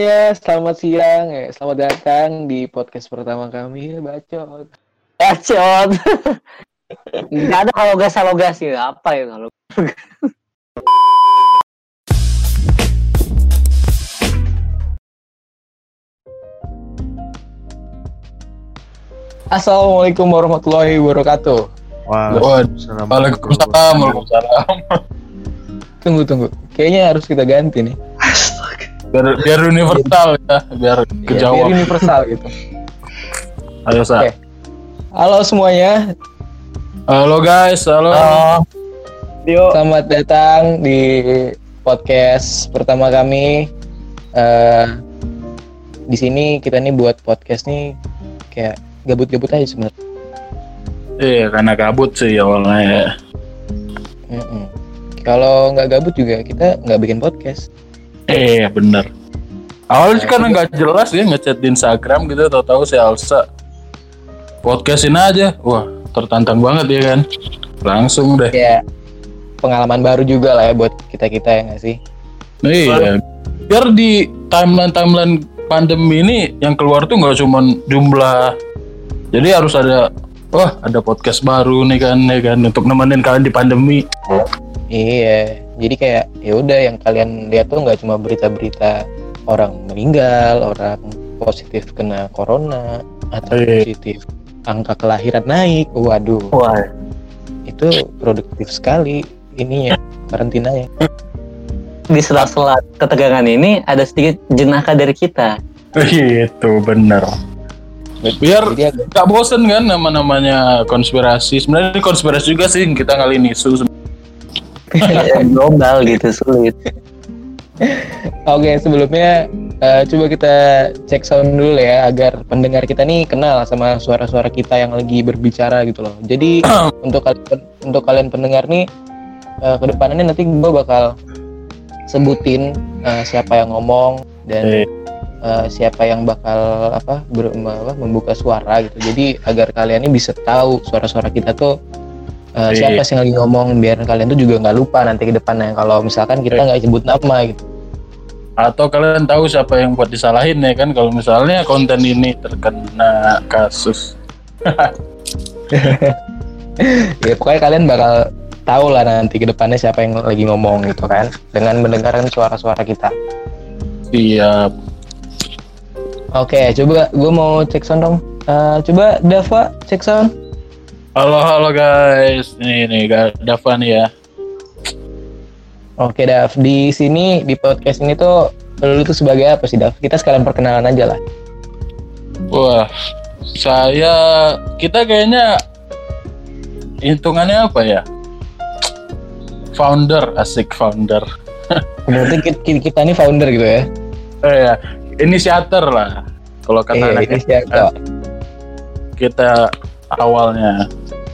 Selamat siang, selamat datang di podcast pertama kami, Bacot. Bacot. Nggak ada kalau gas gitu. Apa ya kalau? Assalamualaikum warahmatullahi wabarakatuh. Waalaikumsalam. Tunggu. Kayaknya harus kita ganti nih. Biar universal ya, biar kejawab. Biar universal gitu. Ayo, Sa. Oke. Halo semuanya. Halo guys, halo. Selamat datang di podcast pertama kami. Di sini kita nih buat podcast nih kayak gabut-gabut aja sebenarnya. Iya, karena gabut sih awalnya ya. Kalau nggak gabut juga kita nggak bikin podcast. Bener. Awalnya karena nggak jelas ya ngechat di Instagram gitu, tahu-tahu si Alsa podcastin aja. Wah, tertantang banget ya kan. Langsung deh. Ya, pengalaman baru juga lah ya buat kita ya nggak sih? Iya. Biar di timeline pandemi ini yang keluar tuh nggak cuma jumlah. Jadi harus ada podcast baru nih kan, ya kan, untuk nemenin kalian di pandemi. Iya, jadi kayak ya udah yang kalian lihat tuh nggak cuma berita-berita orang meninggal, orang positif kena corona, atau positif angka kelahiran naik. Waduh. Wah. Itu produktif sekali ininya, karantinanya. Di sela-sela ketegangan ini ada sedikit jenaka dari kita. Itu bener. Biar gak bosen kan namanya konspirasi. Sebenarnya ini konspirasi juga sih, kita ngalihin isu global gitu, sulit. Oke, sebelumnya coba kita cek sound dulu ya, agar pendengar kita nih kenal sama suara-suara kita yang lagi berbicara gitu loh. Jadi untuk kalian pendengar nih, kedepannya nanti gue bakal sebutin siapa yang ngomong dan siapa yang bakal membuka suara gitu. Jadi agar kalian ini bisa tahu suara-suara kita tuh siapa sih yang lagi ngomong, biar kalian tuh juga nggak lupa nanti ke depannya kalau misalkan kita nggak sebut nama gitu. Atau kalian tahu siapa yang buat disalahin ya kan, kalau misalnya konten ini terkena kasus. Ya pokoknya kalian bakal tahu lah nanti ke depannya siapa yang lagi ngomong gitu kan, dengan mendengarkan suara-suara kita. Siap. Oke, coba gue mau cek sound dong. Coba Dava cek sound. Halo guys, ini Dava nih ya. Oke Dav, di sini di podcast ini tuh lu tuh sebagai apa sih Dav? Kita sekalian perkenalan aja lah. Wah, kita kayaknya hitungannya apa ya? Founder. Berarti kita ini founder gitu ya? Ya, inisiator lah. Kalau kata inisiator. Kita awalnya.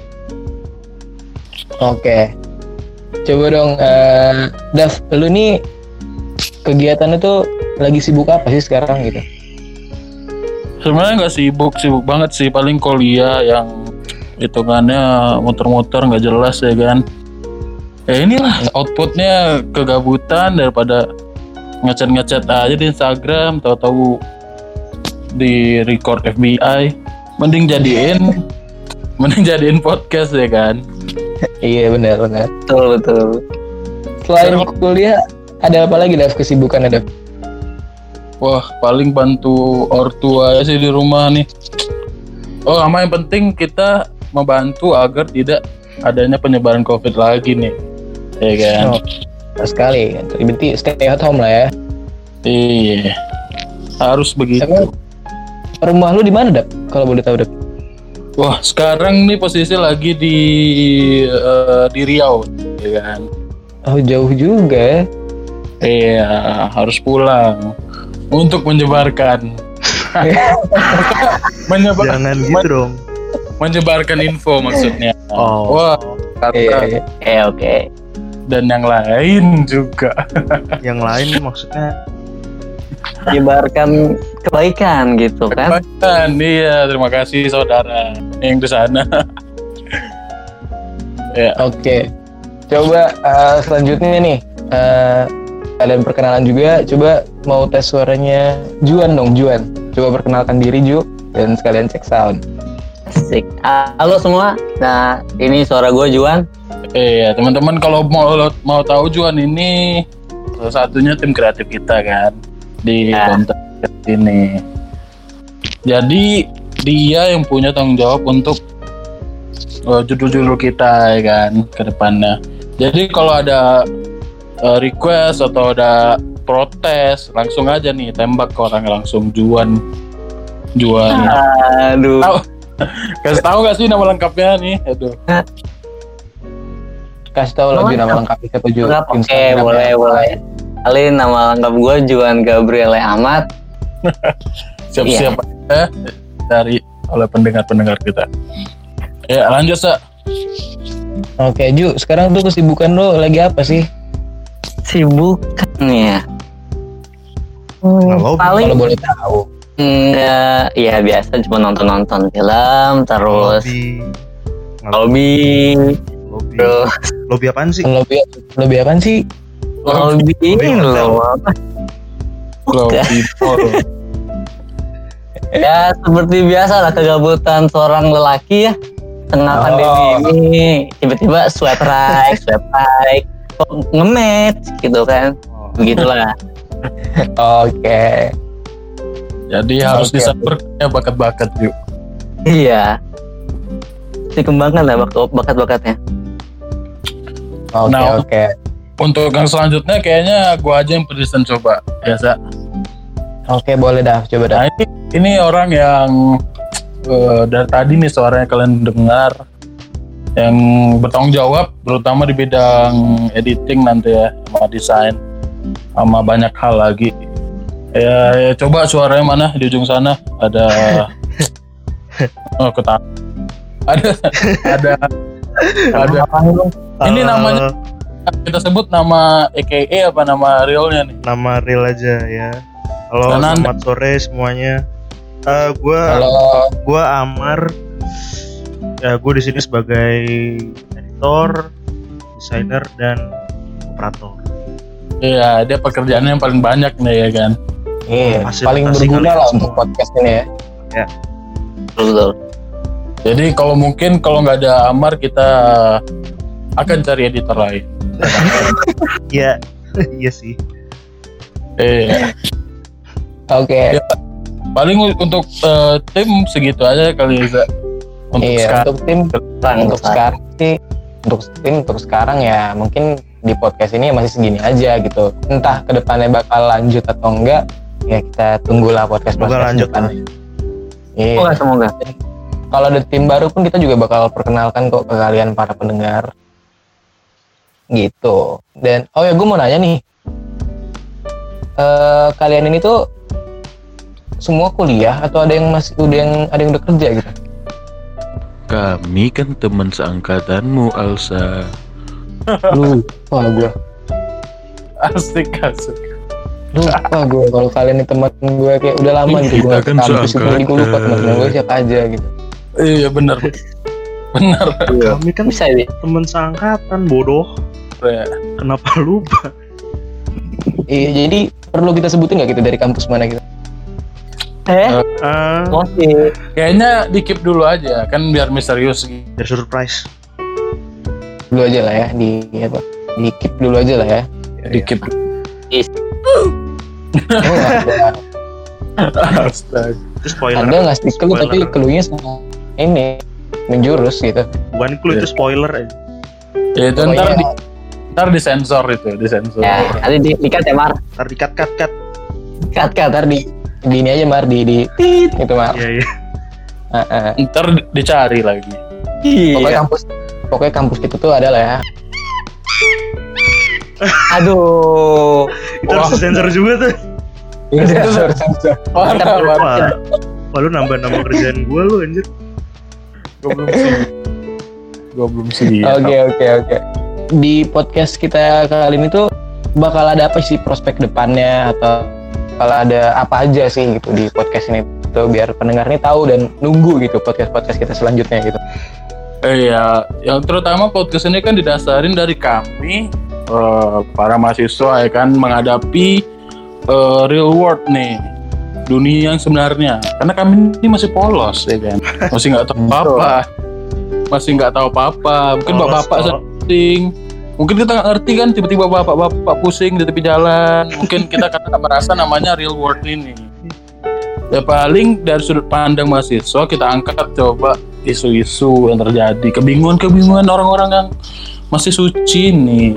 Oke. Coba dong, Dav, lu nih kegiatannya tuh lagi sibuk apa sih sekarang gitu? Sebenarnya nggak sibuk banget sih, paling kuliah yang hitungannya muter-muter nggak jelas ya kan. Inilah outputnya kegabutan daripada ngechat aja di Instagram, tahu-tahu di record FBI. Mending jadiin podcast ya kan. Iya benar. Betul. Selain kuliah ada apa lagi Dav kesibukan ada? Wah, paling bantu ortua sih di rumah nih. Sama yang penting kita membantu agar tidak adanya penyebaran COVID lagi nih. Ya kan? Sekali. Berarti stay at home lah ya. Iya. Harus begitu. Emang rumah lu di mana, Dap? Kalau boleh tahu, Dap? Wah, sekarang nih posisi lagi di Riau, ya kan? Oh, jauh juga. Iya, harus pulang untuk menyebarkan. Jangan gitu dong. Menyebarkan info maksudnya. Wah, Oke. Dan yang lain juga. Yang lain maksudnya menyebarkan kebaikan gitu kan? Iya, terima kasih saudara yang di sana. Ya. Oke. Coba selanjutnya nih, sekalian perkenalan juga. Coba mau tes suaranya Juan dong, Juan. Coba perkenalkan diri Ju dan sekalian cek sound. Asik. Halo semua. Nah, ini suara gue Juan. Iya, teman-teman kalau mau tahu Juan ini salah satunya tim kreatif kita kan di konten ini. Jadi dia yang punya tanggung jawab untuk judul-judul kita ya kan ke depannya. Jadi kalau ada request atau ada protes langsung aja nih tembak ke orang langsung Juan. Aduh. Kasih tahu gak sih nama lengkapnya nih? Aduh. Kasih tahu lagi nama lengkap siapa Ju. Oke, boleh. Kali nama lengkap gue Juan Gabriel Ahmad. Siap-siap aja dari oleh pendengar kita. Ya lanjut Sa. Oke Ju, sekarang tuh kesibukan lo lagi apa sih? Sibukannya. Kalau boleh tahu. Ya biasa cuma nonton film, terus lobby terus lobby apaan sih? Lebih apaan sih? lobby lo. Ya seperti biasa lah kegabutan seorang lelaki ya tengah pandemi ini, tiba-tiba swipe right, nge-match gitu kan, begitulah. Oke. Jadi harus disabar ya bakat-bakat yuk. Iya. Dikembangkan lah bakat-bakatnya. Oke. Untuk yang selanjutnya kayaknya gua aja yang present coba, biasa. Oke, boleh dah, coba dah. Nah, ini orang yang dari tadi nih suaranya kalian dengar yang bertanggung jawab terutama di bidang editing nanti ya, sama desain sama banyak hal lagi. Ya coba suaranya mana di ujung sana ada ada ini namanya kita sebut nama AKA apa nama realnya nih? Nama real aja ya. Halo, selamat sore semuanya. Gua Amar. Ya, gue di sini sebagai editor, desainer dan operator. Iya, dia pekerjaannya yang paling banyak nih ya kan. Iya, paling berguna lah untuk podcast ini ya. Ya. Betul. Jadi kalau nggak ada Amar kita akan cari editor lain. Iya, iya sih. Oke. Ya, paling untuk tim segitu aja kali ya. Untuk sekarang ya mungkin di podcast ini masih segini aja gitu. Entah kedepannya bakal lanjut atau enggak, ya kita tunggulah podcast lanjut depannya. Iya. Semoga. Kalau ada tim baru pun kita juga bakal perkenalkan kok ke kalian para pendengar. Gitu. Dan gue mau nanya nih. Kalian ini tuh semua kuliah atau ada yang udah kerja gitu? Kami kan teman seangkatanmu, Alsa. Lupa gue. Asik. Lupa gue kalau kalian ini teman gue kayak udah lama gitu. Gue kan gue lupa teman gue siapa aja gitu. Iya benar. Kami kan Bisa ya. teman seangkatan, bodoh. Ya. Kenapa lupa? Iya, jadi perlu kita sebutin nggak gitu dari kampus mana gitu? Oke. Kayaknya di keep dulu aja kan biar misterius gitu. Dari surprise. Dulu aja lah ya, di keep dulu aja lah ya. Di keep. Astaga. Itu spoiler. Ada nggak sih clue tapi clue-nya sama ini menjurus gitu. Bukan clue, itu spoiler aja. Ya itu ntar disensor itu, disensor. Ya, nanti dikat ya Mar. Ntar di-cut. Cut. Ntar di ini aja Mar di tit gitu Mar. Iya. Ntar dicari lagi. Iya. Pokoknya kampus kita tuh adalah ya. Aduh. Itu harus sensor juga tuh. Sensor. Wah, lu nambah nama kerjaan gue lu anjir. Gue belum sih. Oke. Di podcast kita kali ini tuh bakal ada apa sih prospek depannya atau kalau ada apa aja sih gitu di podcast ini tuh biar pendengar ini tahu dan nunggu gitu podcast kita selanjutnya gitu. Iya, yang terutama podcast ini kan didasarin dari kami para mahasiswa ya kan menghadapi real world nih, dunia yang sebenarnya. Karena kami ini masih polos ya kan, masih nggak tahu apa-apa. Mungkin bapak-bapak pusing, mungkin kita nggak ngerti kan, tiba-tiba bapak-bapak pusing di tepi jalan. Mungkin kita nggak merasa namanya real world ini. Ya paling dari sudut pandang mahasiswa kita angkat coba isu-isu yang terjadi, kebingungan orang-orang yang masih suci nih.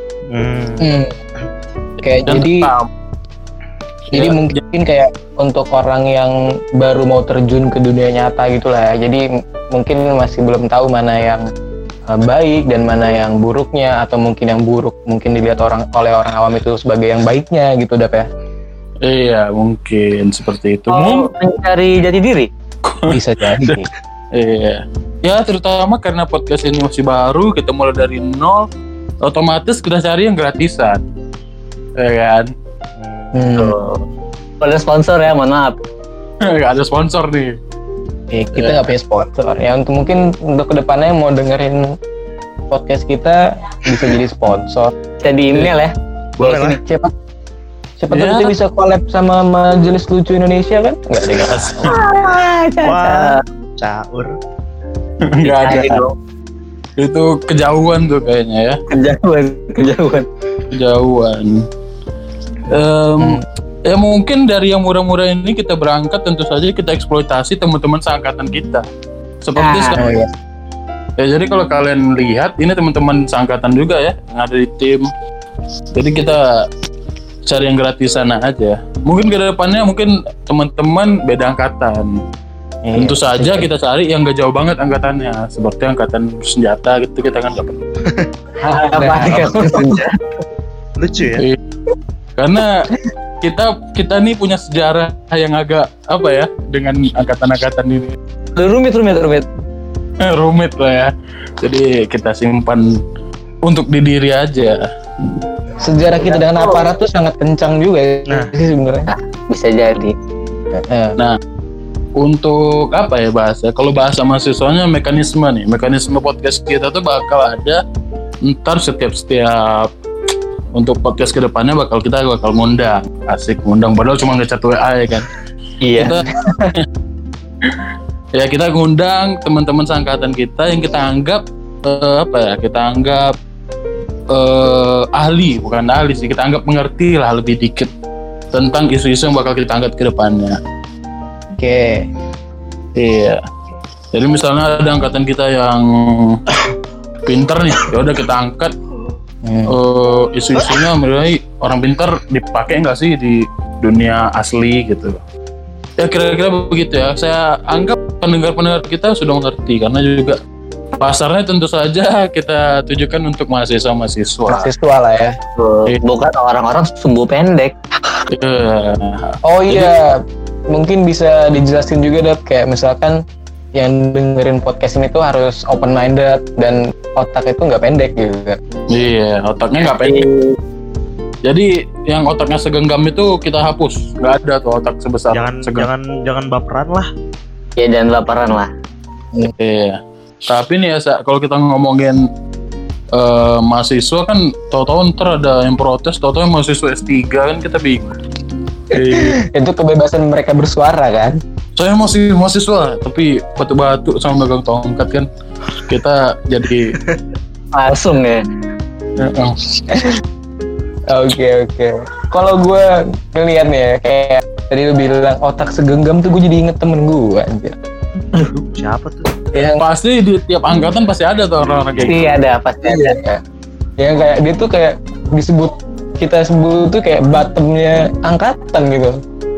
Kayak jadi mungkin kayak untuk orang yang baru mau terjun ke dunia nyata gitulah ya. Jadi mungkin masih belum tahu mana yang baik dan mana yang buruknya, atau mungkin yang buruk mungkin dilihat oleh orang awam itu sebagai yang baiknya gitu, Dap ya. Iya, mungkin seperti itu. Mencari jati diri. Bisa jadi. Iya. Ya, terutama karena podcast ini masih baru, kita mulai dari nol, otomatis kita cari yang gratisan. Ya kan? Ada sponsor ya, mohon maaf. Gak ada sponsor nih. Kita nggak punya sponsor. Ya mungkin untuk kedepannya mau dengerin podcast kita bisa jadi sponsor. Bisa di email ya. Boleh lah. Siapa tahu kita bisa collab sama Majelis Lucu Indonesia kan? Enggak deh. Wah, caur. Enggak ada. Itu kejauhan tuh kayaknya ya. Kejauhan. Ya mungkin dari yang murah-murah ini kita berangkat, tentu saja kita eksploitasi teman-teman seangkatan kita. Seperti sekarang. Ya jadi kalau kalian lihat ini teman-teman seangkatan juga ya yang ada di tim. Jadi kita cari yang gratisan aja. Mungkin ke depannya mungkin teman-teman beda angkatan. Tentu saja kita cari yang gak jauh banget angkatannya, seperti angkatan senjata gitu, kita kan gak perlu. Lucu ya. Karena kita nih punya sejarah yang agak apa ya dengan angkatan-angkatan ini. Rumit. Rumit lah ya. Jadi kita simpan untuk di diri aja. Sejarah kita dengan aparat tuh sangat kencang juga ya sebenarnya. Bisa jadi. Nah, untuk apa ya bahasa? Kalau bahasa mahasiswanya mekanisme podcast kita tuh bakal ada ntar setiap untuk podcast kedepannya kita bakal ngundang, asik ngundang, padahal cuma ngechat WA ya kan. Iya. Kita ngundang teman-teman seangkatan kita yang kita anggap ahli, bukan ahli sih, kita anggap mengerti lah lebih dikit tentang isu-isu yang bakal kita angkat ke depannya. Oke. Iya. Jadi misalnya ada angkatan kita yang pinter nih, ya udah kita angkat isu-isunya mulai orang pinter dipakai nggak sih di dunia asli gitu. Ya kira-kira begitu ya. Saya anggap pendengar-pendengar kita sudah mengerti, karena juga pasarnya tentu saja kita tujukan untuk mahasiswa lah ya. Bukan orang-orang sumbu pendek. Oh iya, mungkin bisa dijelasin juga Dap, kayak misalkan yang dengerin podcast ini tuh harus open minded dan otak itu nggak pendek juga. Iya, otaknya nggak pendek. Jadi yang otaknya segenggam itu kita hapus, nggak ada tuh otak sebesar. Jangan baperan lah. Ya jangan baperan lah. Iya. Tapi nih ya, kalau kita ngomongin mahasiswa kan, tahu-tahu ntar ada yang protes, tahu-tahu yang mahasiswa S3 kan, kita bingung. Itu kebebasan mereka bersuara kan. Saya masih mahasiswa, tapi batu-batu sama megang tongkat kan, kita jadi langsung ya. Oke. Kalau gue ngeliat nih ya, kayak tadi lu bilang otak segenggam tuh, gue jadi inget temen gue anjir. Siapa tuh? Pasti di tiap angkatan pasti ada tuh orang-orang kayak gitu. Iya, pasti ada. Yang kayak dia tuh kayak kita sebut tuh kayak bottomnya angkatan gitu.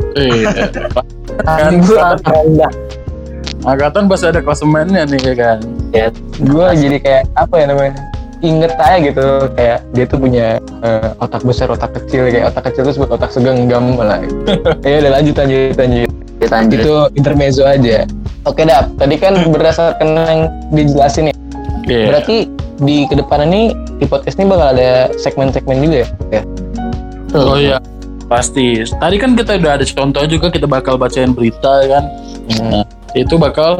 Angkatan pasti ada klasemennya nih kan. Ya, gue jadi kayak apa ya namanya? Inget aja gitu, kayak dia tuh punya otak besar, otak kecil, kayak otak kecil tuh sebut otak segenggam malah. Ya udah lanjut. Itu intermezzo aja. Oke Dap, tadi kan berdasarkan yang dijelasin ya. Berarti di kedepan ini di podcast ini bakal ada segmen-segmen juga ya? Oh iya, pasti. Tadi kan kita udah ada contoh juga, kita bakal bacain berita kan. Nah, itu bakal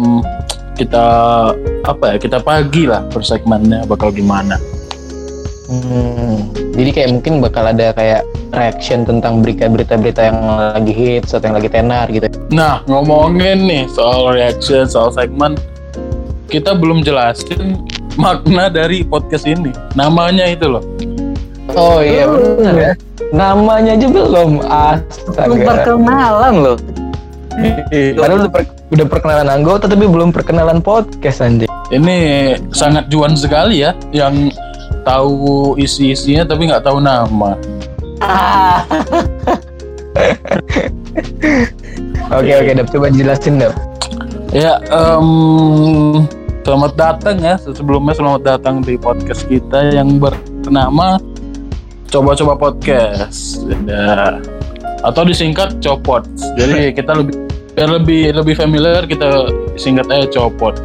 kita pagi lah per segmennya bakal gimana. Jadi kayak mungkin bakal ada kayak reaction tentang berita-berita yang lagi hits atau yang lagi tenar gitu. Nah, ngomongin nih soal reaction, soal segmen, kita belum jelasin makna dari podcast ini. Namanya itu loh. Oh iya benar ya. Namanya aja belum. Astaga. Belum perkenalan loh. Padahal udah perkenalan anggota tapi belum perkenalan podcast anjing. Ini sangat juan sekali ya, yang tahu isi-isinya tapi nggak tahu nama. Oke, Dap, coba jelasin, Dap. Ya, selamat datang ya. Sebelumnya selamat datang di podcast kita yang bernama Coba-Coba Podcast. Ya. Atau disingkat Copot. Jadi kita lebih familiar, kita singkat aja Copot.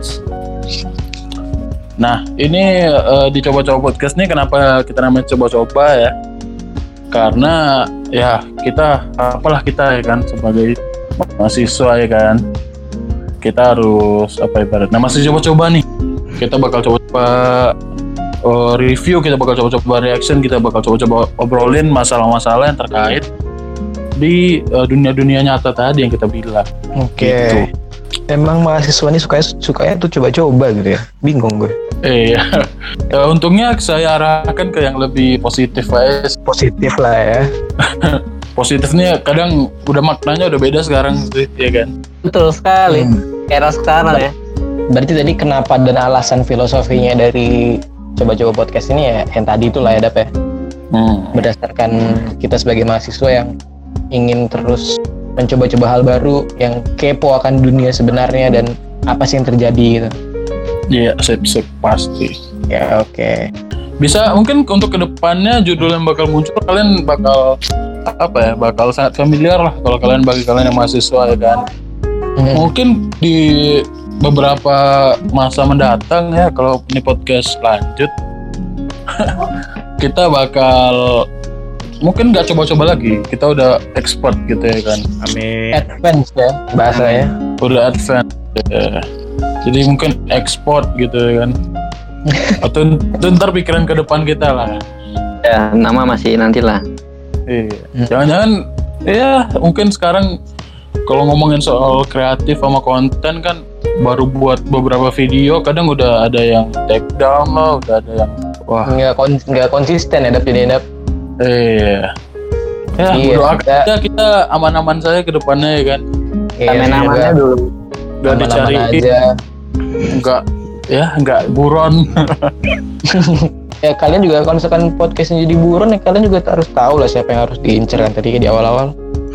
Nah, ini di Coba-Coba Podcast nih kenapa kita namanya Coba-Coba ya? Karena ya kita ya kan sebagai mahasiswa ya kan, kita harus ibaratnya masih coba-coba nih. Kita bakal coba-coba review, kita bakal coba-coba reaction, kita bakal coba-coba obrolin masalah-masalah yang terkait di dunia-dunia nyata tadi yang kita bilang. Oke. Gitu. Emang mahasiswa ini sukanya tuh coba-coba gitu ya? Bingung gue. Iya. Untungnya saya arahkan ke yang lebih positif aja. Positif lah ya. Positifnya kadang udah maknanya udah beda sekarang sih, ya kan? Betul sekali. Era sekarang ya. Berarti tadi kenapa dan alasan filosofinya dari Coba-Coba Podcast ini ya yang tadi itulah ya, Dap ya. Berdasarkan kita sebagai mahasiswa yang ingin terus mencoba-coba hal baru, yang kepo akan dunia sebenarnya dan apa sih yang terjadi gitu. Iya, sip pasti. Ya, oke. Bisa mungkin untuk kedepannya judul yang bakal muncul kalian bakal bakal sangat familiar lah kalau bagi kalian yang mahasiswa ya kan. Mungkin di beberapa masa mendatang ya, kalau ini podcast lanjut kita bakal mungkin nggak coba-coba lagi, kita udah expert gitu ya kan. Amin. Advance ya bahasanya. Udah advance ya. Jadi mungkin ekspor gitu ya kan. Atau ntar pikiran ke depan kita lah. Ya, nama masih nantilah. Iya. Jangan-jangan ya mungkin sekarang kalau ngomongin soal kreatif sama konten kan baru buat beberapa video kadang udah ada yang take down lah, udah ada yang wah nggak konsisten ya, Dap, jadi Dap. Iya. Ya, doakan kita aman-aman saja ke depannya ya kan. Aman-amannya dulu. Udah dicari aja. Enggak buron. Ya kalian juga kalau misalkan podcastnya jadi buron ya kalian juga harus tahu lah siapa yang harus diincer kan tadi di awal-awal.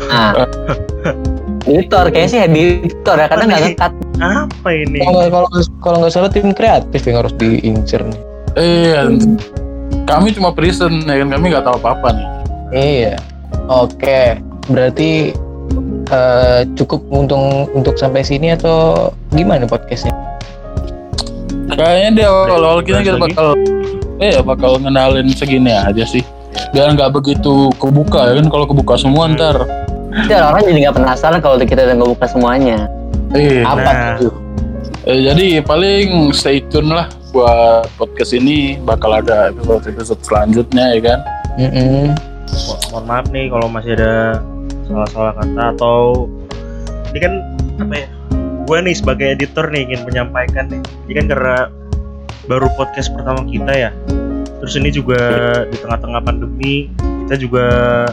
Editor kayaknya sih editor ya, kadang nggak ngekat. Apa ini? Kalau nggak salah tim kreatif yang harus diincer nih. Iya. Kami cuma present ya kan, kami nggak tahu apa-apa nih. Iya. Oke. Berarti cukup untuk sampai sini atau gimana podcastnya? Kayaknya di awal-awal kita bakal ngenalin segini aja sih, biar nggak begitu kebuka ya kan. Kalau kebuka semua ntar orang jadi nggak penasaran kalau kita udah nggak buka semuanya. Apa tuh? Jadi paling stay tune lah buat podcast ini, bakal ada episode selanjutnya ya kan. Mohon maaf nih kalau masih ada salah-salah kata atau ini kan gue nih sebagai editor nih ingin menyampaikan nih, ini kan karena baru podcast pertama kita ya, terus ini juga di tengah-tengah pandemi, kita juga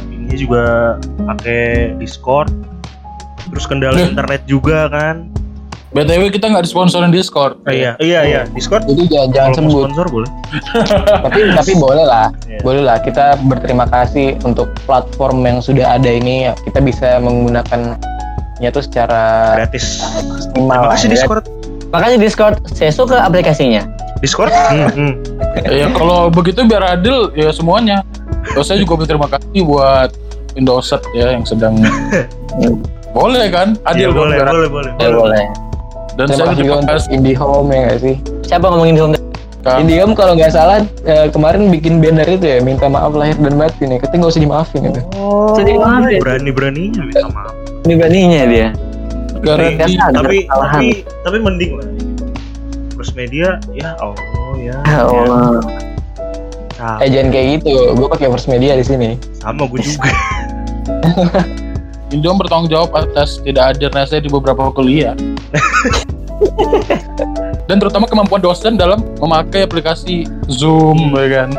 pakai Discord, terus kendala internet juga kan. BTW kita nggak disponsorin Discord. Iya Discord. Jadi jangan sebut. Sponsor boleh. tapi boleh lah. Boleh lah. Kita berterima kasih untuk platform yang sudah ada ini. Kita bisa menggunakannya tuh secara gratis. Terima kasih Discord. Makanya Discord, saya suka aplikasinya. Discord. Ya kalau begitu biar adil ya semuanya. Terus saya juga berterima kasih buat Indosat ya yang sedang boleh kan? Adil ya, boleh. Dan terima kasih untuk IndiHome ya nggak sih? Siapa ngomongin IndiHome? IndiHome kalau nggak salah kemarin bikin banner itu ya, minta maaf lahir dan batin ya. Katanya nggak usah dimaafin itu. Oh, berani-beraninya minta maaf. Beraninya dia. Tapi mending lah. Terus media ya Allah ya. Allah. Jangan kayak gitu. Gue pakai first media di sini. Sama gue juga. Indom bertanggung jawab atas tidak hadirnya saya di beberapa kuliah. Dan terutama kemampuan dosen dalam memakai aplikasi Zoom, ya kan?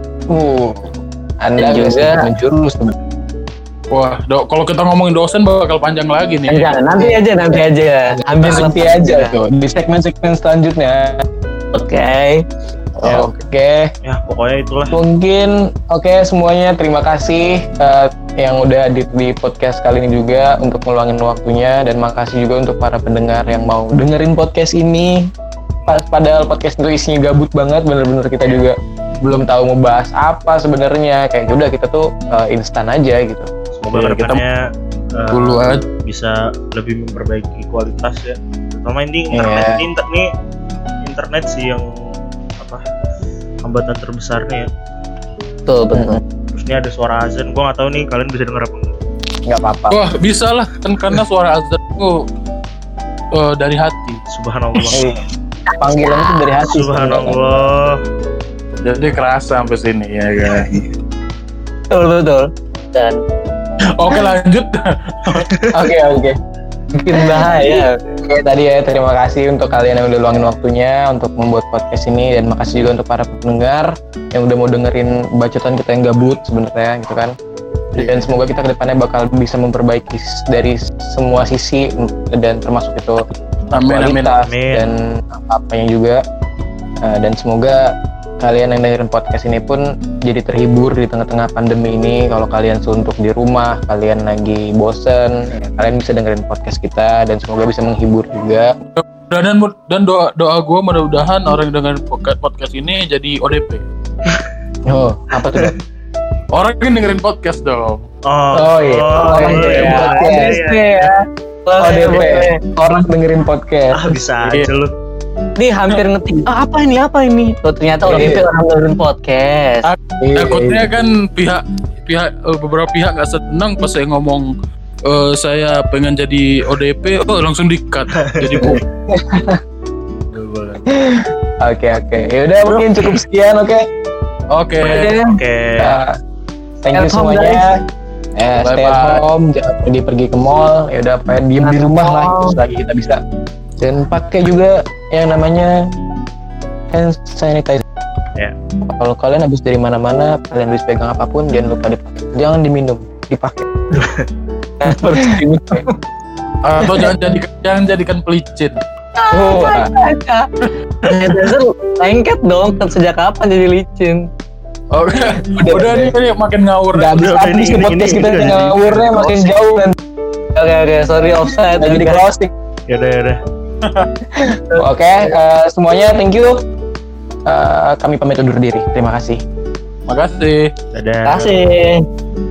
Anda juga menjurus. Wah, kalau kita ngomongin dosen bakal panjang lagi nih. Jangan, nanti aja. Ambil Nanti aja tuh di segmen-segmen selanjutnya. Oke. Oke. Ya pokoknya itulah. Mungkin semuanya terima kasih yang udah hadir di podcast kali ini juga untuk meluangin waktunya, dan makasih juga untuk para pendengar yang mau dengerin podcast ini. Padahal podcast itu isinya gabut banget, bener-bener kita juga belum tahu mau bahas apa sebenarnya. Kayak udah kita tuh instan aja gitu. Semoga kedepannya dulu aja bisa lebih memperbaiki kualitas ya. Terutama ini internet sih yang hambatan terbesarnya ya. Betul. Terus ini ada suara azan, gue nggak tahu nih kalian bisa denger apa enggak. Nggak apa-apa. Wah, bisa lah kan karena suara azan itu dari hati. Subhanallah. Panggilan itu dari hati. Subhanallah. Jadi kerasa sampai sini ya kan. Betul. Dan Oke, lanjut. Oke. bikin bahaya. Oke, tadi ya terima kasih untuk kalian yang udah luangin waktunya untuk membuat podcast ini, dan makasih juga untuk para pendengar yang udah mau dengerin bacotan kita yang gabut sebenarnya gitu kan. Dan semoga kita kedepannya bakal bisa memperbaiki dari semua sisi, dan termasuk itu kualitas dan apa-apanya juga. Dan semoga kalian yang dengerin podcast ini pun jadi terhibur di tengah-tengah pandemi ini. Kalau kalian suntuk di rumah, kalian lagi bosen, ya, kalian bisa dengerin podcast kita, dan semoga bisa menghibur juga. Dan doa gue mudah-mudahan orang yang dengerin podcast ini jadi ODP. Oh, apa tuh? Orang yang dengerin podcast dong. Oh iya. ODP ya. ODP. Orang dengerin podcast. Bisa aja lu. Ini hampir ngetik. Apa ini? Tuh, ternyata ODP orang dengerin podcast. Takutnya kan beberapa pihak nggak senang pas saya ngomong saya pengen jadi ODP, langsung di-cut. Jadi Oke. Yaudah, mungkin cukup sekian. Oke. Thank you semuanya. Stay at home, jangan pergi ke mall. Ya udah, diem di rumah lah terus lagi kita bisa. Dan pakai juga yang namanya hand sanitizer. Ya. Kalau kalian habis dari mana-mana, kalian habis pegang apapun, jangan lupa dipakai. Jangan diminum, dipakai. atau jangan jadikan pelicin. Sanitizer lengket dong. Sejak kapan jadi licin? Oke. Udah nih makin ngawur. Udah habis podcast kita ngawurnya makin jauh dan. Oke, sorry offside. Jadi closing. Yaudah. Oke, semuanya thank you. Kami pamit undur diri. Terima kasih. Makasih. Dadah. Terima kasih.